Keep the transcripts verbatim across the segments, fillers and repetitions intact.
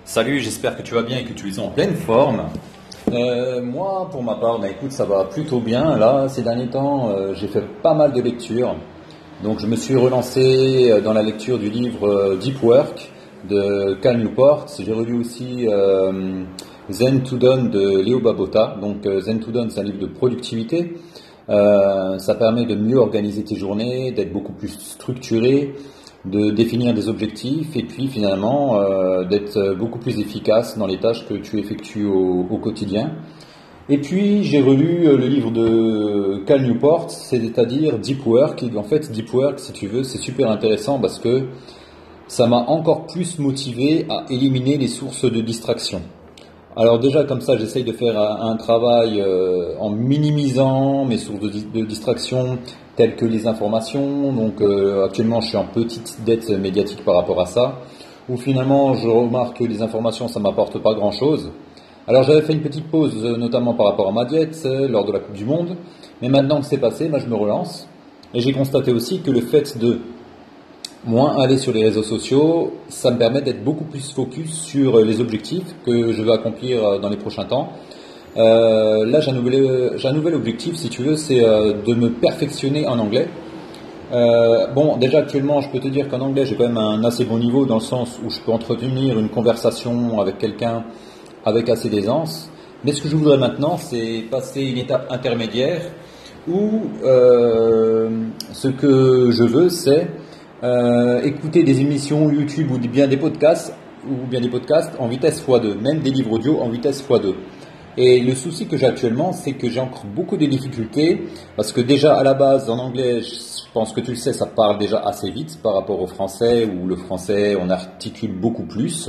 Salut, j'espère que tu vas bien et que tu es en pleine forme. Euh, moi, pour ma part, bah, écoute, ça va plutôt bien. Là, ces derniers temps, euh, j'ai fait pas mal de lectures. Donc, je me suis relancé euh, dans la lecture du livre euh, Deep Work de Cal Newport. J'ai relu aussi euh, Zen to Done de Leo Babauta. Donc, euh, Zen to Done, c'est un livre de productivité. Euh, ça permet de mieux organiser tes journées, d'être beaucoup plus structuré, de définir des objectifs et puis finalement euh, d'être beaucoup plus efficace dans les tâches que tu effectues au, au quotidien. Et puis j'ai relu le livre de Cal Newport, c'est-à-dire Deep Work. Et en fait, Deep Work, si tu veux, c'est super intéressant parce que ça m'a encore plus motivé à éliminer les sources de distraction. Alors déjà comme ça, j'essaye de faire un, un travail euh, en minimisant mes sources de, de distraction telles que les informations. Donc euh, actuellement, je suis en petite dette médiatique par rapport à ça, où finalement je remarque que les informations, ça m'apporte pas grand-chose. Alors j'avais fait une petite pause, euh, notamment par rapport à ma diète euh, lors de la Coupe du Monde, mais maintenant que c'est passé, bah, je me relance. Et j'ai constaté aussi que le fait de moins aller sur les réseaux sociaux, ça me permet d'être beaucoup plus focus sur les objectifs que je veux accomplir dans les prochains temps. Euh, là, j'ai un, nouvel, j'ai un nouvel objectif, si tu veux, c'est euh, de me perfectionner en anglais. Euh, bon, déjà actuellement, je peux te dire qu'en anglais, j'ai quand même un assez bon niveau dans le sens où je peux entretenir une conversation avec quelqu'un avec assez d'aisance. Mais ce que je voudrais maintenant, c'est passer une étape intermédiaire où euh, ce que je veux, c'est Euh, écouter des émissions YouTube ou bien des podcasts ou bien des podcasts en vitesse fois deux, même des livres audio en vitesse fois deux. Et le souci que j'ai actuellement, c'est que j'ai encore beaucoup de difficultés parce que déjà à la base en anglais, je pense que tu le sais, ça parle déjà assez vite par rapport au français où le français on articule beaucoup plus.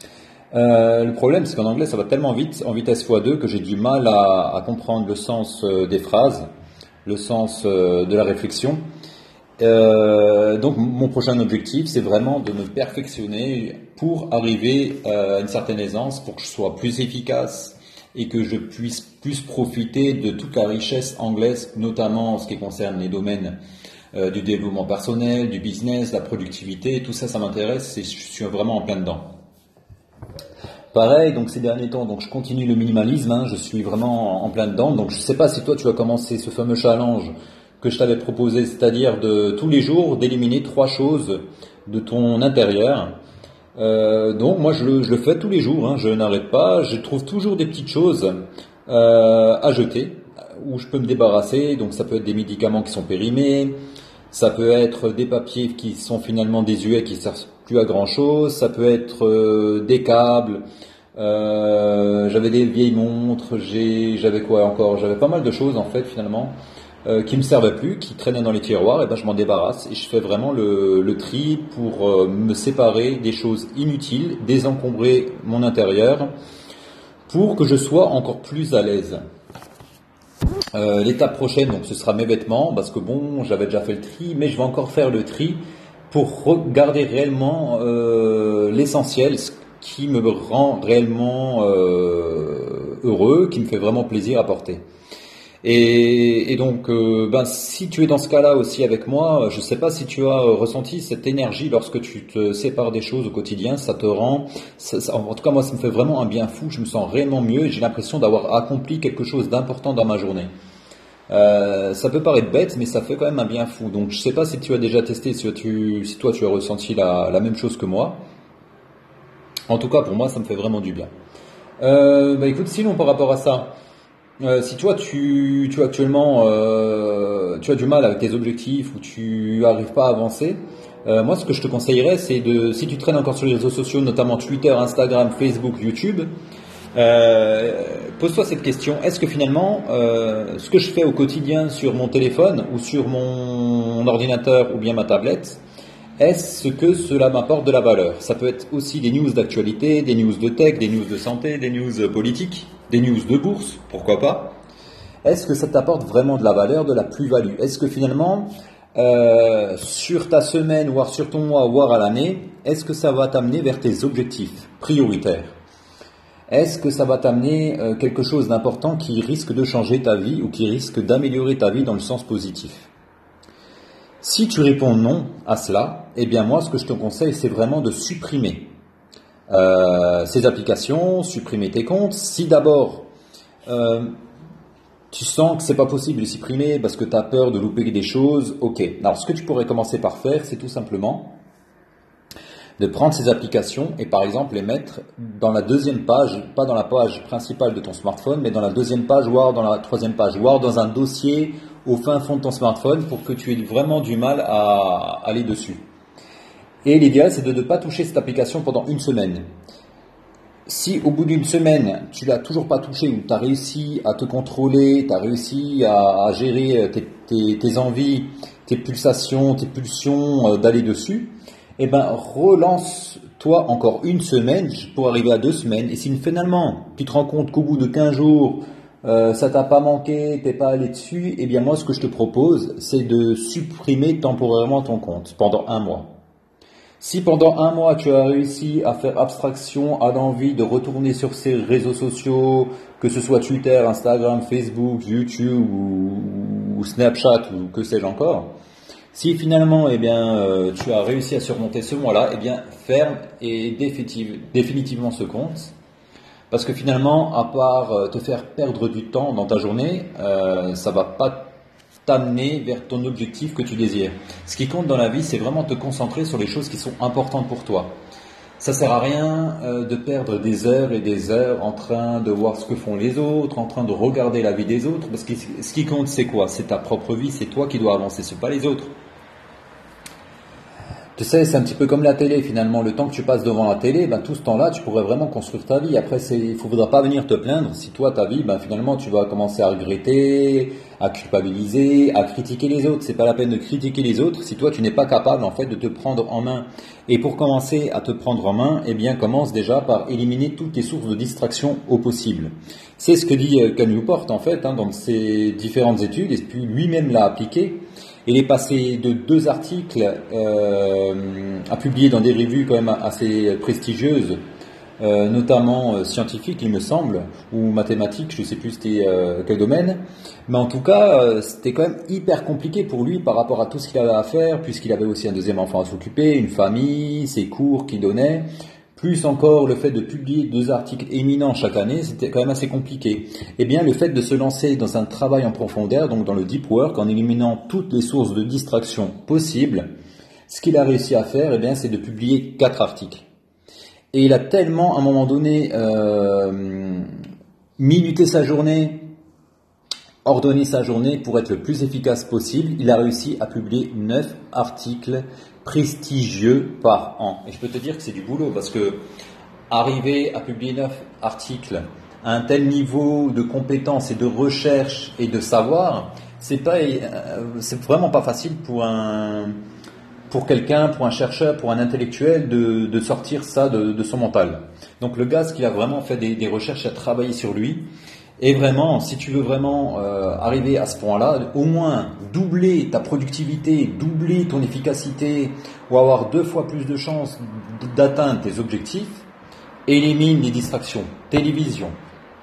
Euh, le problème, c'est qu'en anglais, ça va tellement vite en vitesse fois deux que j'ai du mal à, à comprendre le sens des phrases, le sens de la réflexion. Euh, donc mon prochain objectif, c'est vraiment de me perfectionner pour arriver à une certaine aisance, pour que je sois plus efficace et que je puisse plus profiter de toute la richesse anglaise, notamment en ce qui concerne les domaines euh, du développement personnel, du business, la productivité. Tout ça, ça m'intéresse et je suis vraiment en plein dedans. Pareil, donc ces derniers temps, donc je continue le minimalisme, hein, je suis vraiment en plein dedans. Donc je ne sais pas si toi tu as commencé ce fameux challenge que je t'avais proposé, c'est-à-dire de tous les jours d'éliminer trois choses de ton intérieur. Euh, donc moi je le, je le fais tous les jours, hein, je n'arrête pas, je trouve toujours des petites choses euh, à jeter, où je peux me débarrasser. Donc ça peut être des médicaments qui sont périmés, ça peut être des papiers qui sont finalement désuets, qui ne servent plus à grand-chose, ça peut être euh, des câbles, euh, j'avais des vieilles montres, j'ai, j'avais quoi encore, j'avais pas mal de choses en fait finalement. Euh, qui me servaient plus, qui traînaient dans les tiroirs, et ben je m'en débarrasse et je fais vraiment le, le tri pour euh, me séparer des choses inutiles, désencombrer mon intérieur pour que je sois encore plus à l'aise. Euh, l'étape prochaine, donc ce sera mes vêtements, parce que bon, j'avais déjà fait le tri, mais je vais encore faire le tri pour regarder réellement euh, l'essentiel, ce qui me rend réellement euh, heureux, qui me fait vraiment plaisir à porter. Et, et donc, euh, ben, si tu es dans ce cas-là aussi avec moi, je ne sais pas si tu as ressenti cette énergie lorsque tu te sépares des choses au quotidien, ça te rend, ça, ça, en tout cas moi ça me fait vraiment un bien fou, je me sens réellement mieux et j'ai l'impression d'avoir accompli quelque chose d'important dans ma journée. Euh, ça peut paraître bête, mais ça fait quand même un bien fou. Donc je ne sais pas si tu as déjà testé, si, tu, si toi tu as ressenti la, la même chose que moi. En tout cas pour moi ça me fait vraiment du bien. Euh, bah écoute, sinon par rapport à ça, Euh, si toi tu, tu actuellement euh, tu as du mal avec tes objectifs ou tu arrives pas à avancer, euh, moi ce que je te conseillerais c'est de, si tu traînes encore sur les réseaux sociaux, notamment Twitter, Instagram, Facebook, YouTube, euh, pose-toi cette question: est-ce que finalement euh, ce que je fais au quotidien sur mon téléphone ou sur mon ordinateur ou bien ma tablette, est-ce que cela m'apporte de la valeur? Ça peut être aussi des news d'actualité, des news de tech, des news de santé, des news politiques, des news de bourse, pourquoi pas. Est-ce que ça t'apporte vraiment de la valeur, de la plus-value? Est-ce que finalement, euh, sur ta semaine, voire sur ton mois, voire à l'année, est-ce que ça va t'amener vers tes objectifs prioritaires? Est-ce que ça va t'amener euh, quelque chose d'important qui risque de changer ta vie ou qui risque d'améliorer ta vie dans le sens positif? Si tu réponds non à cela, eh bien moi ce que je te conseille c'est vraiment de supprimer euh, ces applications, supprimer tes comptes. Si d'abord euh, tu sens que c'est pas possible de supprimer parce que tu as peur de louper des choses, ok. Alors ce que tu pourrais commencer par faire, c'est tout simplement de prendre ces applications et par exemple les mettre dans la deuxième page, pas dans la page principale de ton smartphone, mais dans la deuxième page, voire dans la troisième page, voire dans un dossier au fin fond de ton smartphone pour que tu aies vraiment du mal à aller dessus. Et l'idéal, c'est de ne pas toucher cette application pendant une semaine. Si au bout d'une semaine, tu l'as toujours pas touché ou tu as réussi à te contrôler, tu as réussi à, à gérer tes, tes, tes envies, tes pulsations, tes pulsions euh, d'aller dessus, eh ben, relance-toi encore une semaine pour arriver à deux semaines. Et si finalement, tu te rends compte qu'au bout de quinze jours, euh, ça t'a pas manqué, t'es pas allé dessus, eh bien, moi, ce que je te propose, c'est de supprimer temporairement ton compte pendant un mois. Si pendant un mois, tu as réussi à faire abstraction à l'envie de retourner sur ces réseaux sociaux, que ce soit Twitter, Instagram, Facebook, YouTube ou, ou Snapchat ou que sais-je encore, si finalement, eh bien, euh, tu as réussi à surmonter ce mois-là, eh bien, ferme et définitive, définitivement ce compte. Parce que finalement, à part te faire perdre du temps dans ta journée, euh, ça va pas t'amener vers ton objectif que tu désires. Ce qui compte dans la vie, c'est vraiment te concentrer sur les choses qui sont importantes pour toi. Ça sert à rien euh, de perdre des heures et des heures en train de voir ce que font les autres, en train de regarder la vie des autres, parce que ce qui compte, c'est quoi? C'est ta propre vie, c'est toi qui dois avancer, c'est pas les autres. Tu sais, c'est un petit peu comme la télé finalement. Le temps que tu passes devant la télé, ben, tout ce temps-là, tu pourrais vraiment construire ta vie. Après, il ne faudra pas venir te plaindre si toi, ta vie, ben, finalement, tu vas commencer à regretter, à culpabiliser, à critiquer les autres. C'est pas la peine de critiquer les autres si toi, tu n'es pas capable en fait de te prendre en main. Et pour commencer à te prendre en main, eh bien, commence déjà par éliminer toutes les sources de distraction au possible. C'est ce que dit Cal Newport en fait hein, dans ses différentes études, et puis lui-même l'a appliqué. Il est passé de deux articles euh, à publier dans des revues quand même assez prestigieuses, euh, notamment euh, scientifiques il me semble, ou mathématiques, je ne sais plus c'était euh, quel domaine, mais en tout cas euh, c'était quand même hyper compliqué pour lui par rapport à tout ce qu'il avait à faire, puisqu'il avait aussi un deuxième enfant à s'occuper, une famille, ses cours qu'il donnait, plus encore le fait de publier deux articles éminents chaque année, c'était quand même assez compliqué. Eh bien, le fait de se lancer dans un travail en profondeur, donc dans le deep work, en éliminant toutes les sources de distraction possibles, ce qu'il a réussi à faire, eh bien, c'est de publier quatre articles. Et il a tellement, à un moment donné, euh, minuté sa journée, ordonné sa journée pour être le plus efficace possible, il a réussi à publier neuf articles prestigieux par an. Et je peux te dire que c'est du boulot parce que arriver à publier neuf articles à un tel niveau de compétence et de recherche et de savoir, c'est pas, c'est vraiment pas facile pour un, pour quelqu'un, pour un chercheur, pour un intellectuel de, de sortir ça de, de son mental. Donc le gars, ce qu'il a vraiment fait des, des recherches, à travailler sur lui. Et vraiment, si tu veux vraiment euh, arriver à ce point-là, au moins doubler ta productivité, doubler ton efficacité, ou avoir deux fois plus de chances d'atteindre tes objectifs, élimine les distractions. Télévision,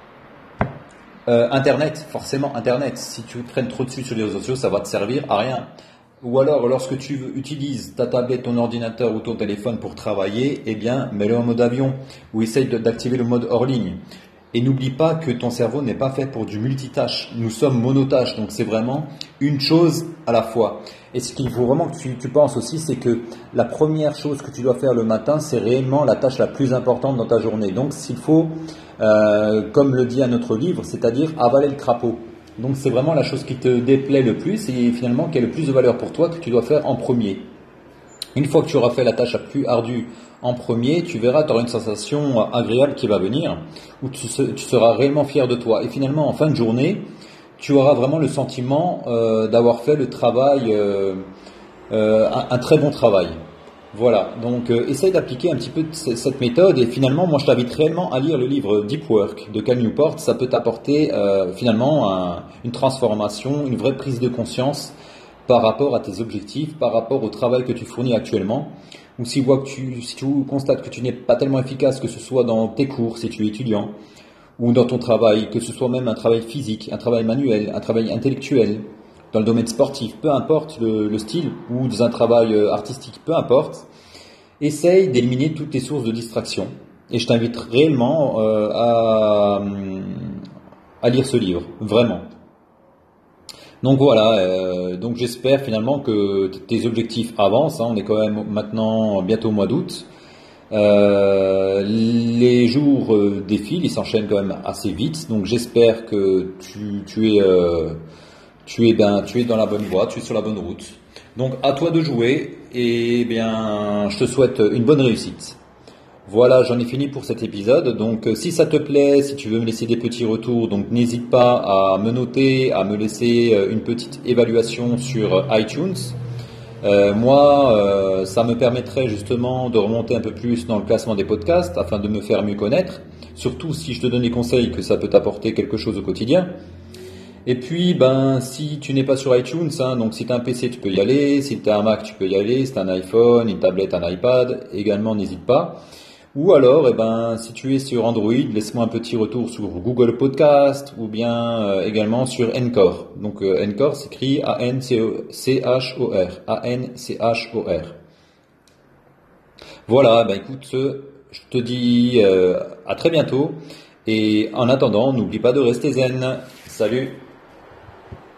euh, Internet, forcément Internet. Si tu traînes trop dessus sur les réseaux sociaux, ça va te servir à rien. Ou alors, lorsque tu utilises ta tablette, ton ordinateur ou ton téléphone pour travailler, eh bien, mets-le en mode avion, ou essaye d'activer le mode hors ligne. Et n'oublie pas que ton cerveau n'est pas fait pour du multitâche. Nous sommes monotâches, donc c'est vraiment une chose à la fois. Et ce qu'il faut vraiment que tu, tu penses aussi, c'est que la première chose que tu dois faire le matin, c'est réellement la tâche la plus importante dans ta journée. Donc s'il faut, euh, comme le dit un autre livre, c'est-à-dire avaler le crapaud. Donc c'est vraiment la chose qui te déplaît le plus et finalement qui a le plus de valeur pour toi que tu dois faire en premier. Une fois que tu auras fait la tâche la plus ardue en premier, tu verras, tu auras une sensation agréable qui va venir, où tu, tu seras réellement fier de toi. Et finalement, en fin de journée, tu auras vraiment le sentiment euh, d'avoir fait le travail, euh, euh, un, un très bon travail. Voilà, donc euh, essaye d'appliquer un petit peu cette méthode et finalement, moi je t'invite réellement à lire le livre Deep Work de Cal Newport. Ça peut t'apporter euh, finalement un, une transformation, une vraie prise de conscience par rapport à tes objectifs, par rapport au travail que tu fournis actuellement. Ou si, vois que tu, si tu constates que tu n'es pas tellement efficace, que ce soit dans tes cours, si tu es étudiant, ou dans ton travail, que ce soit même un travail physique, un travail manuel, un travail intellectuel, dans le domaine sportif, peu importe le, le style, ou dans un travail artistique, peu importe, essaye d'éliminer toutes les sources de distraction. et je t'invite réellement euh, à, à lire ce livre, vraiment. Donc voilà, euh, donc j'espère finalement que tes objectifs avancent, hein, on est quand même maintenant bientôt au mois d'août. Euh, les jours euh, défilent, ils s'enchaînent quand même assez vite, donc j'espère que tu, tu es, euh, tu es ben, tu es dans la bonne voie, tu es sur la bonne route. Donc à toi de jouer et bien je te souhaite une bonne réussite. Voilà, j'en ai fini pour cet épisode. Donc, euh, si ça te plaît, si tu veux me laisser des petits retours, donc n'hésite pas à me noter, à me laisser euh, une petite évaluation sur euh, iTunes. Euh, moi, euh, ça me permettrait justement de remonter un peu plus dans le classement des podcasts afin de me faire mieux connaître. Surtout si je te donne des conseils que ça peut t'apporter quelque chose au quotidien. Et puis, ben, si tu n'es pas sur iTunes, hein, donc si tu as un P C, tu peux y aller. Si tu as un Mac, tu peux y aller. Si tu as un iPhone, une tablette, un iPad, également, n'hésite pas. Ou alors, eh ben, si tu es sur Android, laisse-moi un petit retour sur Google Podcast ou bien euh, également sur Anchor. Donc euh, Anchor s'écrit A N C H O R. A N C H O R. Voilà, ben écoute, je te dis euh, à très bientôt. Et en attendant, n'oublie pas de rester zen. Salut!